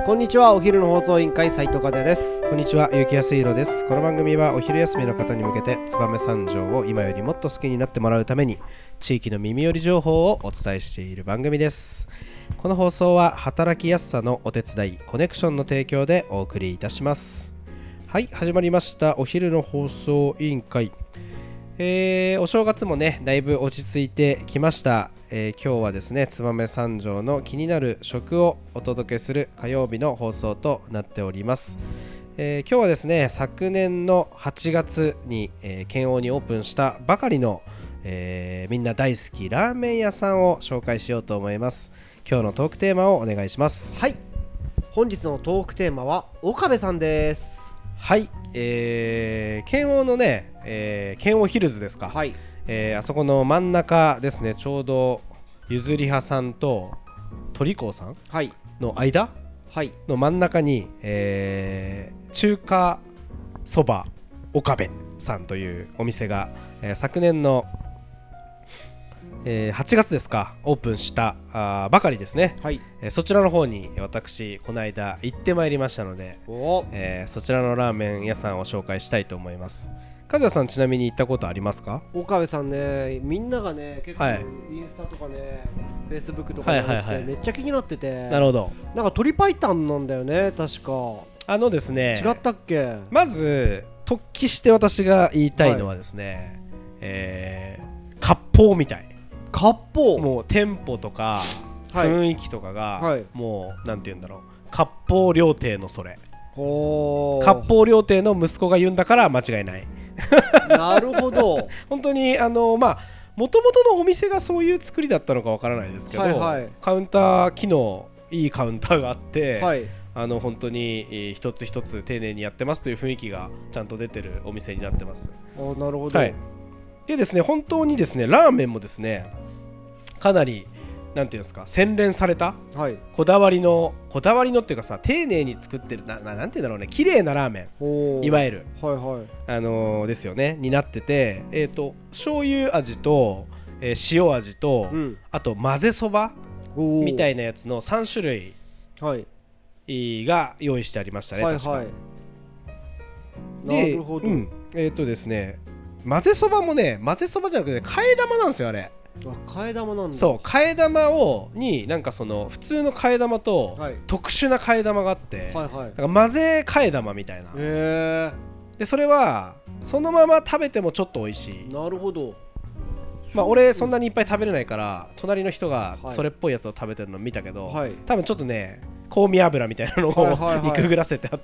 こんにちは。お昼の放送委員会斉藤和也です。 こんにちは、結城康弘です。この番組はお昼休みの方に向けて燕三条を今よりもっと好きになってもらうために地域の耳寄り情報をお伝えしている番組です。この放送は働きやすさのお手伝いコネクションの提供でお送りいたします。はい、始まりましたお昼の放送委員会。お正月もねだいぶ落ち着いてきました。今日はですね燕三条の気になる食をお届けする火曜日の放送となっております。今日はですね昨年の8月に、県央にオープンしたばかりの、みんな大好きラーメン屋さんを紹介しようと思います。今日のトークテーマをお願いします。 はい、本日のトークテーマは岡部さんです。 はい、県央のね、県央ヒルズですか。 はい、 あそこの真ん中ですね、ちょうどゆずりはさんと鳥香さんの間の真ん中に、中華そば岡部さんというお店が、昨年の、8月ですかオープンしたばかりですね。 はい、 そちらの方に私この間行ってまいりましたので、そちらのラーメン屋さんを紹介したいと思います。和也さんちなみに行ったことありますか？ 岡部さんね、みんながね結構インスタとかね、フェイスブックとかでしてめっちゃ気になってて。 なるほど。 なんか鶏白湯なんだよね確か。 ですね、 違ったっけ？ まず突起して私が言いたいのはですね、割烹みたい。 割烹、 もう店舗とか雰囲気とかが、もうなんて言うんだろう、割烹料亭のそれ。割烹料亭の息子が言うんだから間違いない。 なるほど。 本当にもともとのお店がそういう作りだったのかわからないですけど、カウンター機能いいカウンターがあって、本当に一つ一つ丁寧にやってますという雰囲気がちゃんと出てるお店になってます。 なるほど。 でですね、本当にですねラーメンもですねかなりなんていうんですか、洗練された、こだわりのっていうかさ、丁寧に作ってるなんていうんだろうね、綺麗なラーメン、いわゆる、ですよねになってて、醤油味と、塩味と、あと混ぜそばみたいなやつの3種類が用意してありましたね。確かなるほど。 ですね、混ぜそばもね、混ぜそばじゃなくて替え玉なんですよあれ。 替え玉なんだ。 そう、替え玉になんかその普通の替え玉と特殊な替え玉があって、だから混ぜ替え玉みたいな。でそれはそのまま食べてもちょっと美味しい。 なるほど。 俺そんなにいっぱい食べれないから隣の人がそれっぽいやつを食べてるの見たけど、多分ちょっとね香味油みたいなのを煮くぐらせてあって、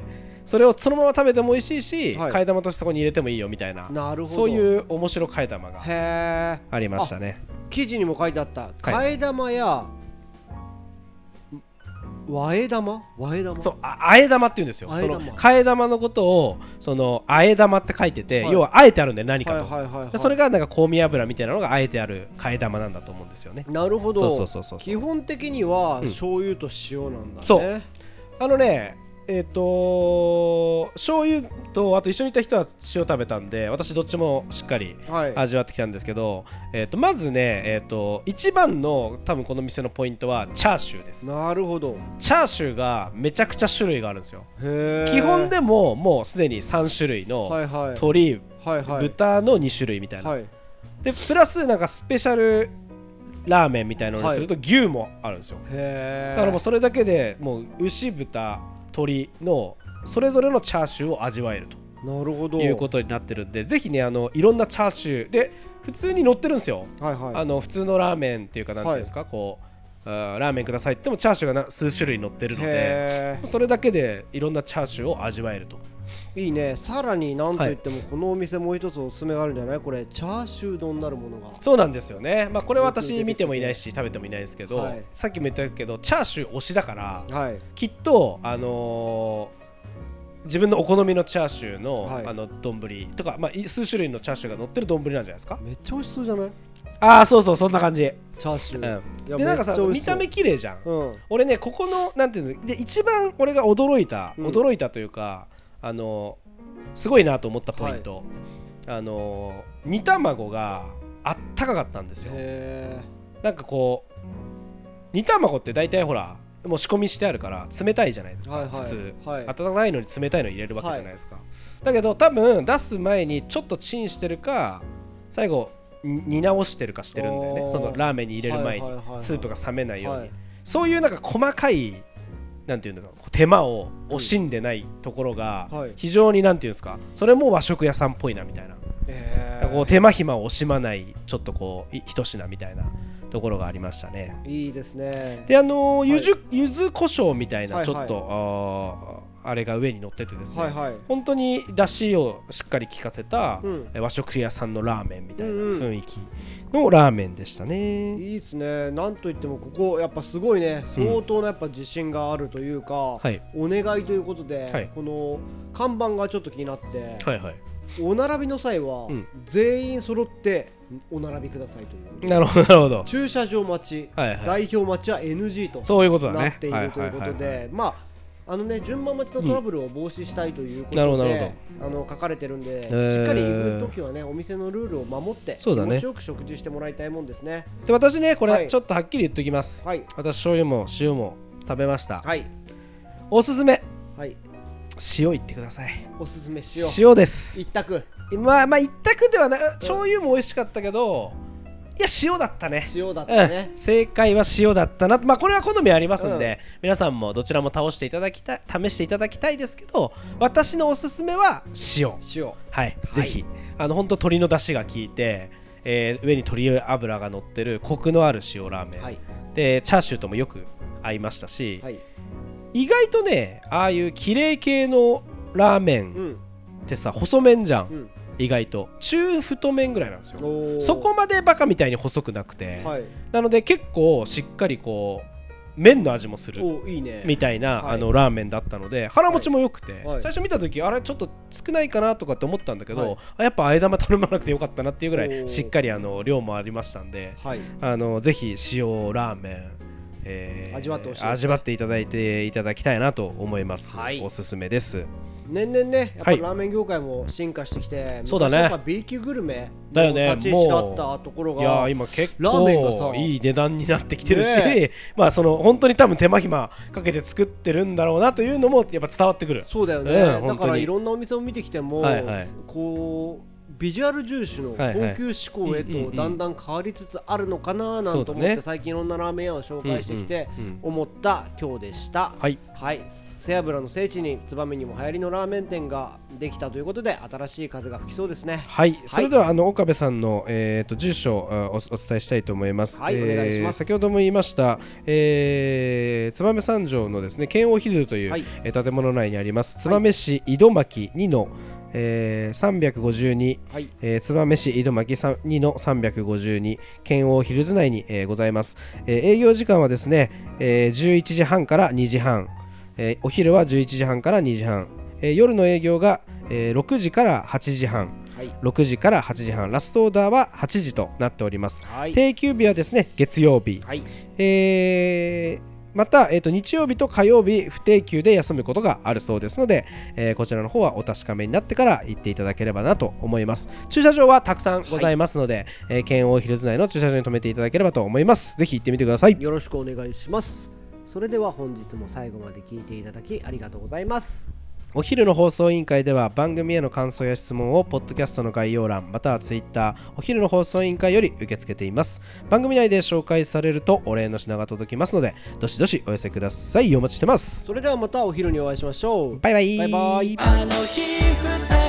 それをそのまま食べても美味しいし、替え玉としてそこに入れてもいいよみたいな、そういう面白替え玉がありましたね。 記事にも書いてあった、替え玉や和え玉、そう、 あえ玉って言うんですよ。その替え玉のことをそのあえ玉って書いてて、要はあえてあるんで何かと、それがなんか香味油みたいなのがあえてある替え玉なんだと思うんですよね。 なるほど。基本的には醤油と塩なんだね。 そう、醤油とあと一緒にいた人は塩食べたんで、私どっちもしっかり味わってきたんですけど、まずね、一番の多分この店のポイントはチャーシューです。 なるほど。 チャーシューがめちゃくちゃ種類があるんですよ。基本でももうすでに3種類の鶏、豚の2種類みたいな、でプラスなんかスペシャルラーメンみたいなのにすると牛もあるんですよ。だからもうそれだけでもう牛、豚、鶏のそれぞれのチャーシューを味わえるということになってるんで、ぜひねいろんなチャーシューで普通に乗ってるんですよ。普通のラーメンっていうかなんていうんですか、こうラーメンくださいってもチャーシューが数種類乗ってるので、それだけでいろんなチャーシューを味わえると。 いいね。さらになんといってもこのお店もう一つおすすめがあるんじゃない？これチャーシュー丼なるものが。そうなんですよね。 これは私見てもいないし食べてもいないですけど、さっきも言ったけどチャーシュー推しだから、きっと自分のお好みのチャーシューの丼とか、数種類のチャーシューが乗ってる丼なんじゃないですか。 めっちゃ美味しそうじゃない？ そうそんな感じ。 チャーシュー、 でなんかさ見た目綺麗じゃん。俺ねここのなんていうので一番俺が驚いたというかすごいなと思ったポイント、煮卵があったかかったんですよ。なんかこう煮卵って大体ほらもう仕込みしてあるから冷たいじゃないですか、 はいはい、 普通、 はい、 温かいのに冷たいの入れるわけじゃないですか、はい、だけど多分出す前にちょっとチンしてるか最後煮直してるかしてるんだよね、そのラーメンに入れる前にスープが冷めないように、はい、そういうなんか細かいなんていうんだろう手間を惜しんでないところが非常になんていうんですか、それも和食屋さんっぽいなみたいな、こう手間暇を惜しまないちょっとこう一品みたいなところがありましたね。 いいですね。 で柚子胡椒みたいなちょっと、あれが上に乗っててですね、はいはい、本当に出汁をしっかり効かせた、和食屋さんのラーメンみたいな雰囲気のラーメンでしたね。 いいですね。なんといってもここやっぱすごいね、相当なやっぱ自信があるというか、お願いということで、この看板がちょっと気になって、お並びの際は全員揃ってお並びくださいという。 なるほどなるほど。 駐車場待ち、代表待ちは NG とそういうことだね。 なっているということで、まあ順番待ちのトラブルを防止したいということで、書かれてるんで、しっかり行くときはねお店のルールを守って気持ちよく食事してもらいたいもんですね。 で私ねこれちょっとはっきり言っておきます、私醤油も塩も食べました、おすすめ、塩いってください。 おすすめ塩です。 一択。 まあ一択ではない、醤油も美味しかったけど、いや塩だったね。 塩だったね、 正解は塩だったな。まあこれは好みありますんで、皆さんもどちらも試していただきたいですけど、私のおすすめは塩。はい、ぜひ本当鶏の出汁が効いて、上に鶏油が乗ってるコクのある塩ラーメン、でチャーシューともよく合いましたし、意外とねああいう綺麗系のラーメンってさ、細麺じゃん、意外と中太麺ぐらいなんですよ。そこまでバカみたいに細くなくて、なので結構しっかりこう麺の味もするみたいなラーメンだったので、腹持ちも良くて、最初見た時あれちょっと少ないかなとかって思ったんだけど、やっぱあえ玉頼まなくてよかったなっていうぐらいしっかり量もありましたんで、ぜひ塩ラーメン味わっていただきたいなと思います、おすすめです。 年々ねやっぱラーメン業界も進化してきて、 そうだね、 昔やっぱ B 級グルメの立ち位置だったところが、 いや今結構いい値段になってきてるし、まあその本当に多分手間暇かけて作ってるんだろうなというのもやっぱ伝わってくる。 そうだよね、だからいろんなお店を見てきても、こうビジュアル重視の高級志向へとだんだん変わりつつあるのかななんて思って、最近いろんなラーメン屋を紹介してきて思った今日でした。背脂の聖地に燕にも流行りのラーメン店ができたということで、新しい風が吹きそうですね。 それでは岡部さんの住所をお伝えしたいと思います。 お願いします。 先ほども言いました燕三条のですね剣王ヒルという建物内にあります燕市井戸巻2の352、燕市井戸巻2の352剣王ヒルズ内にございます。営業時間はですね11時半から2時半、お昼は11時半から2時半、夜の営業が6時から8時半、6時から8時半、ラストオーダーは8時となっております。定休日はですね月曜日、また、日曜日と火曜日不定休で休むことがあるそうですので、こちらの方はお確かめになってから行っていただければなと思います。駐車場はたくさんございますので、剣王ヒルズ内の駐車場に停めていただければと思います。ぜひ行ってみてください。 よろしくお願いします。それでは本日も最後まで聞いていただきありがとうございます。 お昼の放送委員会では番組への感想や質問をポッドキャストの概要欄またはツイッターお昼の放送委員会より受け付けています。番組内で紹介されるとお礼の品が届きますのでどしどしお寄せください。お待ちしてます。 それではまたお昼にお会いしましょう。 バイバイ。 バイバイ。